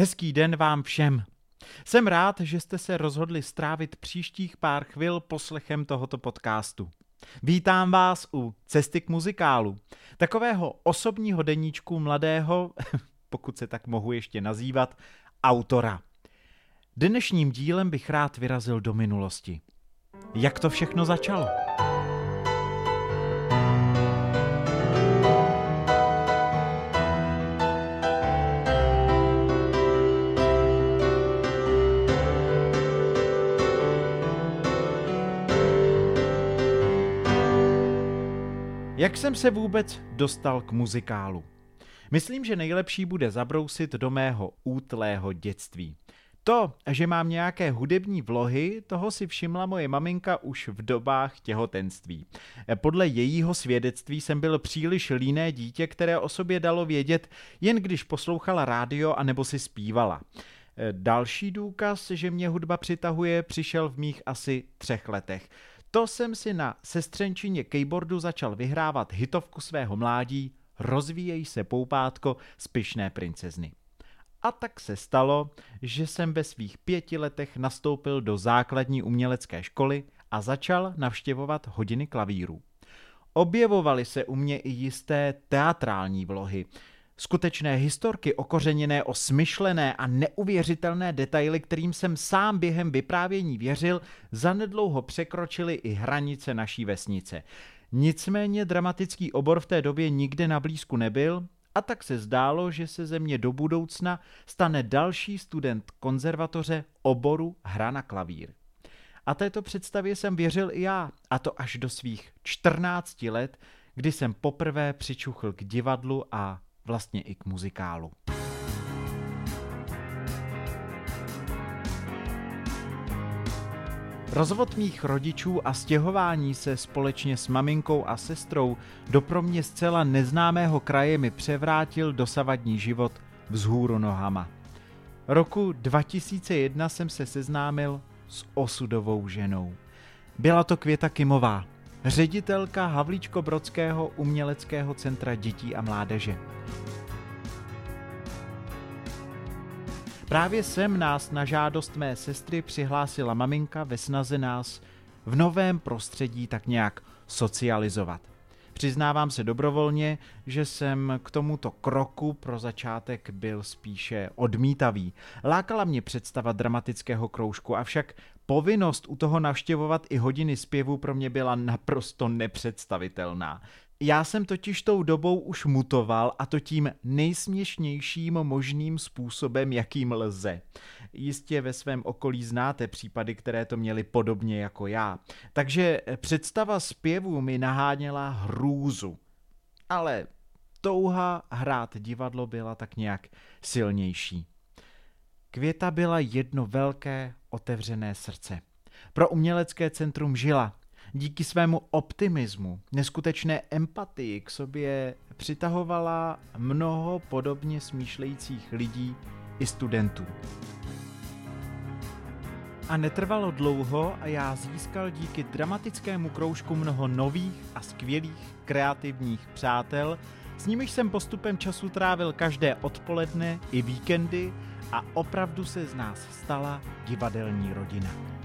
Hezký den vám všem. Jsem rád, že jste se rozhodli strávit příštích pár chvil poslechem tohoto podcastu. Vítám vás u Cesty k muzikálu, takového osobního deníčku mladého, pokud se tak mohu ještě nazývat, autora. Dnešním dílem bych rád vyrazil do minulosti. Jak to všechno začalo? Jak jsem se vůbec dostal k muzikálu? Myslím, že nejlepší bude zabrousit do mého útlého dětství. To, že mám nějaké hudební vlohy, toho si všimla moje maminka už v dobách těhotenství. Podle jejího svědectví jsem byl příliš líné dítě, které o sobě dalo vědět, jen když poslouchala rádio anebo si zpívala. Další důkaz, že mě hudba přitahuje, přišel v mých asi 3 letech. To jsem si na sestřenčině keyboardu začal vyhrávat hitovku svého mládí Rozvíjej se, poupátko z Pyšné princezny. A tak se stalo, že jsem ve svých 5 letech nastoupil do základní umělecké školy a začal navštěvovat hodiny klavíru. Objevovaly se u mě i jisté teatrální vlohy. Skutečné historky okořeněné o smyšlené a neuvěřitelné detaily, kterým jsem sám během vyprávění věřil, zanedlouho překročily i hranice naší vesnice. Nicméně dramatický obor v té době nikde na blízku nebyl, a tak se zdálo, že se ze mě do budoucna stane další student konzervatoře oboru hra na klavír. A této představě jsem věřil i já, a to až do svých 14 let, kdy jsem poprvé přičuchl k divadlu a vlastně i k muzikálu. Rozvod mých rodičů a stěhování se společně s maminkou a sestrou do pro mě zcela neznámého kraje mi převrátil dosavadní život vzhůru nohama. Roku 2001 jsem se seznámil s osudovou ženou. Byla to Květa Kimová, ředitelka Havlíčkobrodského uměleckého centra dětí a mládeže. Právě sem nás na žádost mé sestry přihlásila maminka ve snaze nás v novém prostředí tak nějak socializovat. Přiznávám se dobrovolně, že jsem k tomuto kroku pro začátek byl spíše odmítavý. Lákala mě představa dramatického kroužku, avšak povinnost u toho navštěvovat i hodiny zpěvu pro mě byla naprosto nepředstavitelná. Já jsem totiž tou dobou už mutoval, a to tím nejsměšnějším možným způsobem, jakým lze. Jistě ve svém okolí znáte případy, které to měly podobně jako já. Takže představa zpěvu mi naháněla hrůzu. Ale touha hrát divadlo byla tak nějak silnější. Květa byla jedno velké otevřené srdce. Pro umělecké centrum žila. Díky svému optimismu, neskutečné empatii k sobě přitahovala mnoho podobně smýšlejících lidí i studentů. A netrvalo dlouho a já získal díky dramatickému kroužku mnoho nových a skvělých kreativních přátel, s nimiž jsem postupem času trávil každé odpoledne i víkendy a opravdu se z nás stala divadelní rodina.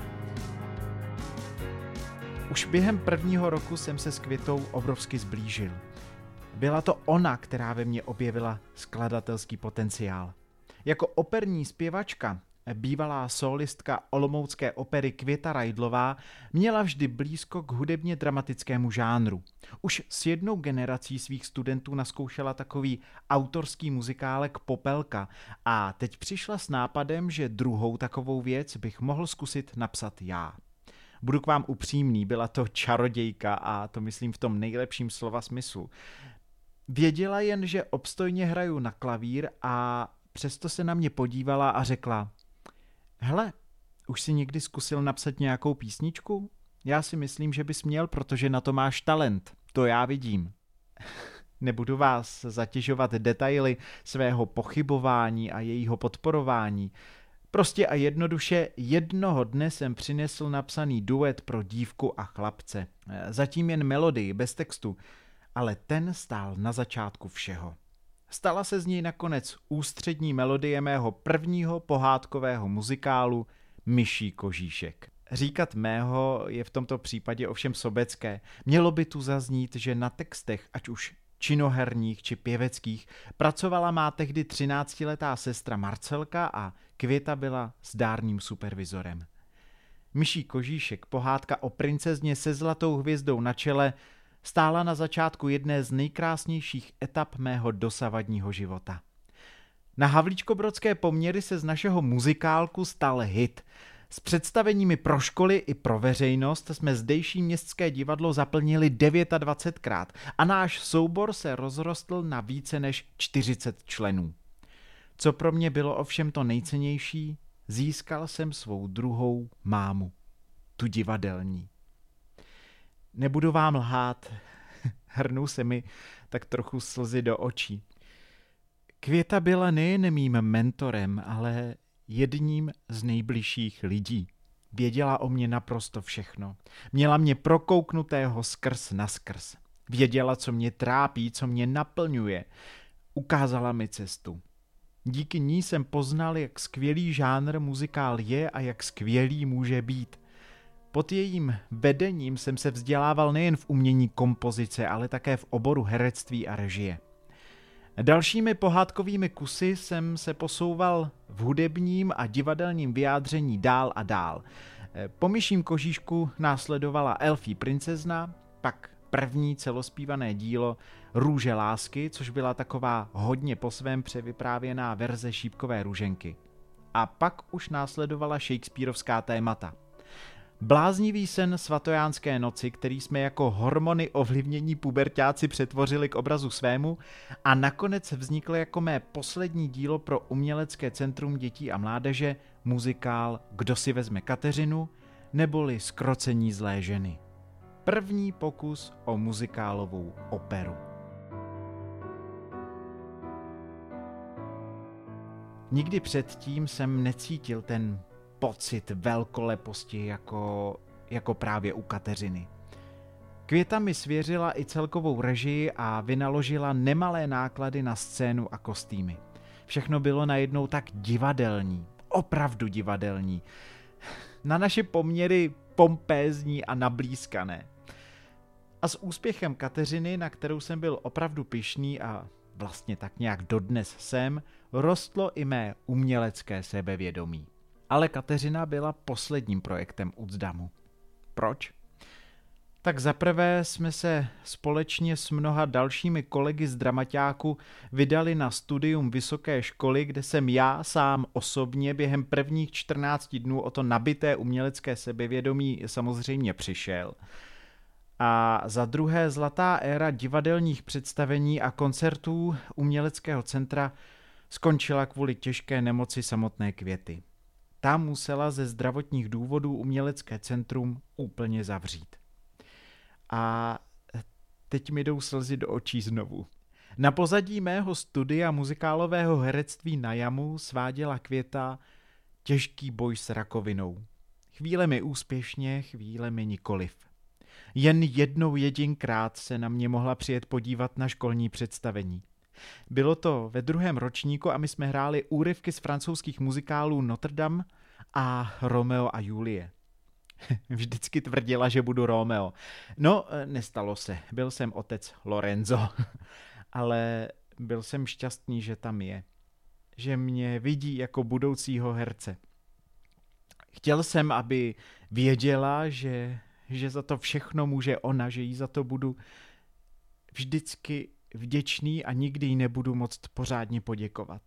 Už během 1. roku jsem se s Květou obrovsky zblížil. Byla to ona, která ve mně objevila skladatelský potenciál. Jako operní zpěvačka, bývalá sólistka olomoucké opery Květa Rajdlová, měla vždy blízko k hudebně dramatickému žánru. Už s jednou generací svých studentů naskoušela takový autorský muzikálek Popelka a teď přišla s nápadem, že druhou takovou věc bych mohl zkusit napsat já. Budu k vám upřímný, byla to čarodějka a to myslím v tom nejlepším slova smyslu. Věděla jen, že obstojně hraju na klavír a přesto se na mě podívala a řekla: hele, už jsi někdy zkusil napsat nějakou písničku? Já si myslím, že bys měl, protože na to máš talent, to já vidím. Nebudu vás zatěžovat detaily svého pochybování a jejího podporování. Prostě a jednoduše jednoho dne jsem přinesl napsaný duet pro dívku a chlapce. Zatím jen melodii, bez textu, ale ten stál na začátku všeho. Stala se z něj nakonec ústřední melodie mého prvního pohádkového muzikálu Myší kožíšek. Říkat mého je v tomto případě ovšem sobecké. Mělo by tu zaznít, že na textech, ať už činoherních či pěveckých, pracovala má tehdy 13letá sestra Marcelka a Květa byla zdárným supervizorem. Myší kožíšek, pohádka o princezně se zlatou hvězdou na čele, stála na začátku jedné z nejkrásnějších etap mého dosavadního života. Na havlíčkobrodské poměry se z našeho muzikálku stal hit. S představeními pro školy i pro veřejnost jsme zdejší městské divadlo zaplnili 29krát a náš soubor se rozrostl na více než 40 členů. Co pro mě bylo ovšem to nejcennější, získal jsem svou druhou mámu, tu divadelní. Nebudu vám lhát, hrnou se mi tak trochu slzy do očí. Květa byla nejen mým mentorem, ale jedním z nejbližších lidí. Věděla o mě naprosto všechno. Měla mě prokouknutého skrz na skrz. Věděla, co mě trápí, co mě naplňuje. Ukázala mi cestu. Díky ní jsem poznal, jak skvělý žánr muzikál je a jak skvělý může být. Pod jejím vedením jsem se vzdělával nejen v umění kompozice, ale také v oboru herectví a režie. Dalšími pohádkovými kusy jsem se posouval v hudebním a divadelním vyjádření dál a dál. Po Myším kožíšku následovala Elfí princezna, pak první celospívané dílo Růže lásky, což byla taková hodně po svém převyprávěná verze Šípkové růženky. A pak už následovala shakespearovská témata. Bláznivý sen Svatojánské noci, který jsme jako hormony ovlivnění puberťáci přetvořili k obrazu svému, a nakonec vznikl jako mé poslední dílo pro Umělecké centrum dětí a mládeže muzikál Kdo si vezme Kateřinu neboli Zkrocení zlé ženy. První pokus o muzikálovou operu. Nikdy předtím jsem necítil ten pocit velkoleposti jako právě u Kateřiny. Květa mi svěřila i celkovou režii a vynaložila nemalé náklady na scénu a kostýmy. Všechno bylo najednou tak divadelní, opravdu divadelní. Na naše poměry pompézní a nablízkané. A s úspěchem Kateřiny, na kterou jsem byl opravdu pyšný a vlastně tak nějak dodnes jsem, rostlo i mé umělecké sebevědomí. Ale Kateřina byla posledním projektem Ucdamu. Proč? Tak zaprvé jsme se společně s mnoha dalšími kolegy z dramaťáku vydali na studium vysoké školy, kde jsem já sám osobně během prvních 14 dnů o to nabité umělecké sebevědomí samozřejmě přišel. A za druhé zlatá éra divadelních představení a koncertů Uměleckého centra skončila kvůli těžké nemoci samotné Květy. Ta musela ze zdravotních důvodů Umělecké centrum úplně zavřít. A teď mi jdou slzy do očí znovu. Na pozadí mého studia muzikálového herectví na Jamu sváděla Květa těžký boj s rakovinou. Chvílemi úspěšně, chvílemi nikoliv. Jen jednou jedinkrát se na mě mohla přijet podívat na školní představení. Bylo to ve 2. ročníku a my jsme hráli úryvky z francouzských muzikálů Notre Dame a Romeo a Julie. Vždycky tvrdila, že budu Romeo. No, nestalo se. Byl jsem otec Lorenzo. Ale byl jsem šťastný, že tam je. Že mě vidí jako budoucího herce. Chtěl jsem, aby věděla, že za to všechno může ona, že jí za to budu vždycky vděčný a nikdy jí nebudu moct pořádně poděkovat.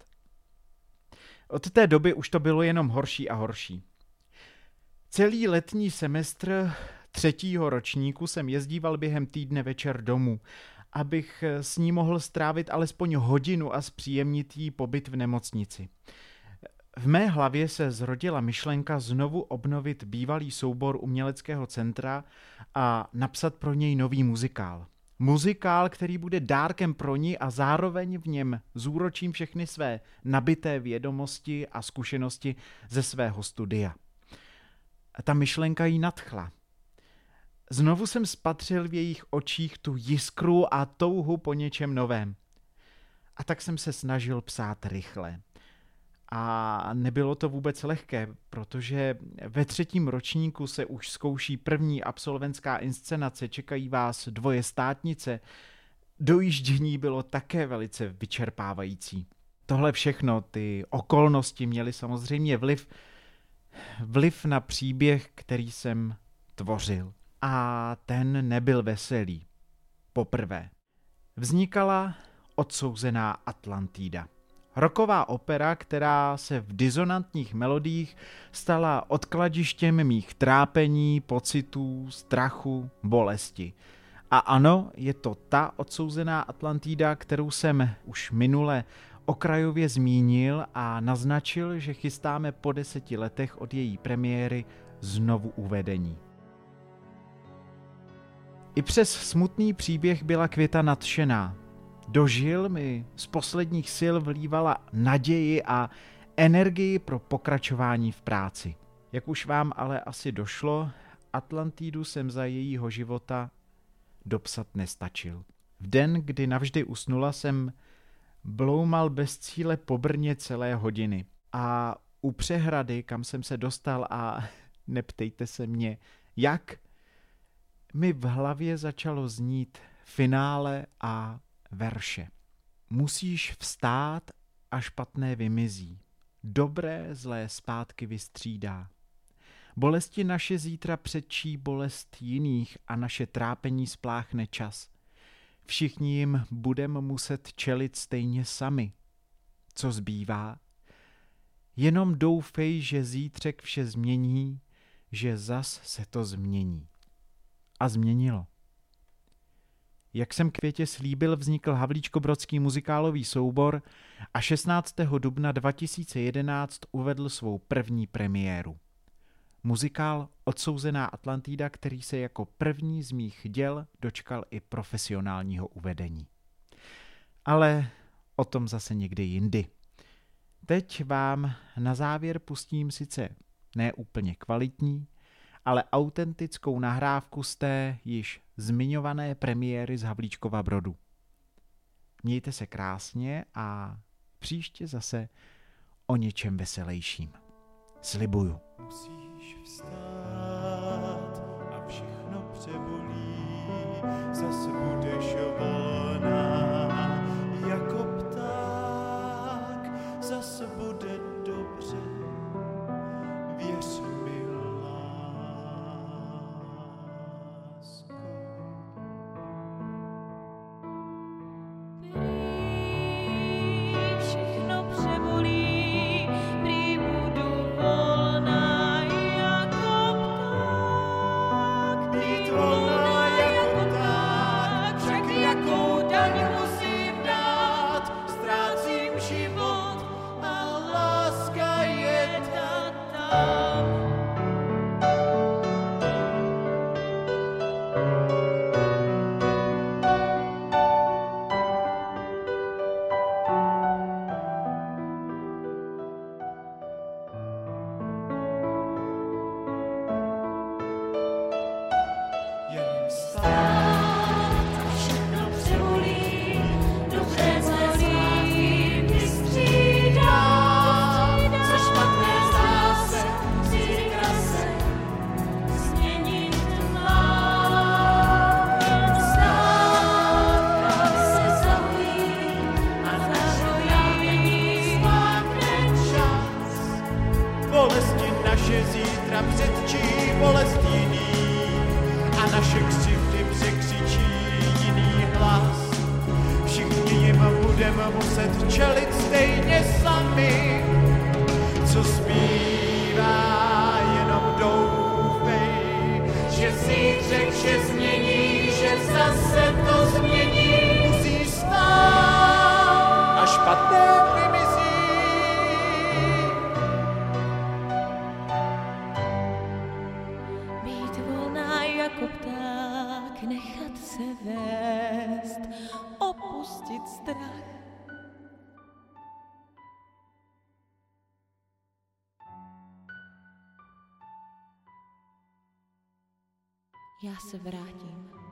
Od té doby už to bylo jenom horší a horší. Celý letní semestr 3. ročníku jsem jezdíval během týdne večer domů, abych s ní mohl strávit alespoň hodinu a zpříjemnit jí pobyt v nemocnici. V mé hlavě se zrodila myšlenka znovu obnovit bývalý soubor Uměleckého centra a napsat pro něj nový muzikál. Muzikál, který bude dárkem pro ní a zároveň v něm zúročím všechny své nabité vědomosti a zkušenosti ze svého studia. Ta myšlenka jí nadchla. Znovu jsem spatřil v jejich očích tu jiskru a touhu po něčem novém. A tak jsem se snažil psát rychle. A nebylo to vůbec lehké, protože ve 3. ročníku se už zkouší první absolventská inscenace, čekají vás 2 státnice. Dojíždění bylo také velice vyčerpávající. Tohle všechno, ty okolnosti měly samozřejmě vliv na příběh, který jsem tvořil. A ten nebyl veselý. Poprvé. Vznikala Odsouzená Atlantida. Rocková opera, která se v disonantních melodiích stala odkladištěm mých trápení, pocitů, strachu, bolesti. A ano, je to ta Odsouzená Atlantida, kterou jsem už minule okrajově zmínil a naznačil, že chystáme po 10 letech od její premiéry znovu uvedení. I přes smutný příběh byla Květa nadšená. Do žil mi z posledních sil vlívala naději a energii pro pokračování v práci. Jak už vám ale asi došlo, Atlantidu jsem za jejího života dopsat nestačil. V den, kdy navždy usnula, jsem bloumal bez cíle po Brně celé hodiny. A u přehrady, kam jsem se dostal a neptejte se mě, jak, mi v hlavě začalo znít finále a verše. Musíš vstát a špatné vymizí. Dobré zlé zpátky vystřídá. Bolesti naše zítra předčí bolest jiných a naše trápení spláchne čas. Všichni jim budeme muset čelit stejně sami. Co zbývá? Jenom doufej, že zítřek vše změní, že zas se to změní. A změnilo. Jak jsem Květě slíbil, vznikl Havlíčkobrodský muzikálový soubor a 16. dubna 2011 uvedl svou první premiéru. Muzikál Odsouzená Atlantida, který se jako první z mých děl dočkal i profesionálního uvedení. Ale o tom zase někdy jindy. Teď vám na závěr pustím sice ne úplně kvalitní, ale autentickou nahrávku z té již zmiňované premiéry z Havlíčkova Brodu. Mějte se krásně a příště zase o něčem veselejším. Slibuju. Musíš vstát a všechno přebolí, zase budeš volná jako pták, zase bude dobře, věř mi, lásko. Všechno přebolí, prý budu volná jako pták. Být volná jako pták, však jakou daň musím dát, ztrácím život a láska je Tam. jen stát. Všechno přebolí, dobré zlé zpátky vystřídá. Ze špatné zase Zítra se změnit má. Stávka se zahojí a zahojení spáchne čas. bolesti naše zítra předčí bolest jiný a naše křivdy překřičí jiný hlas. Všichni jim budeme muset čelit stejně sami. Co zbývá, jenom doufej, že zítřek vše změní, že zase to změní. Musíš stát a špatné vymizí. Být volná jako pták, nechat se vést, opustit strach. Já se vrátím.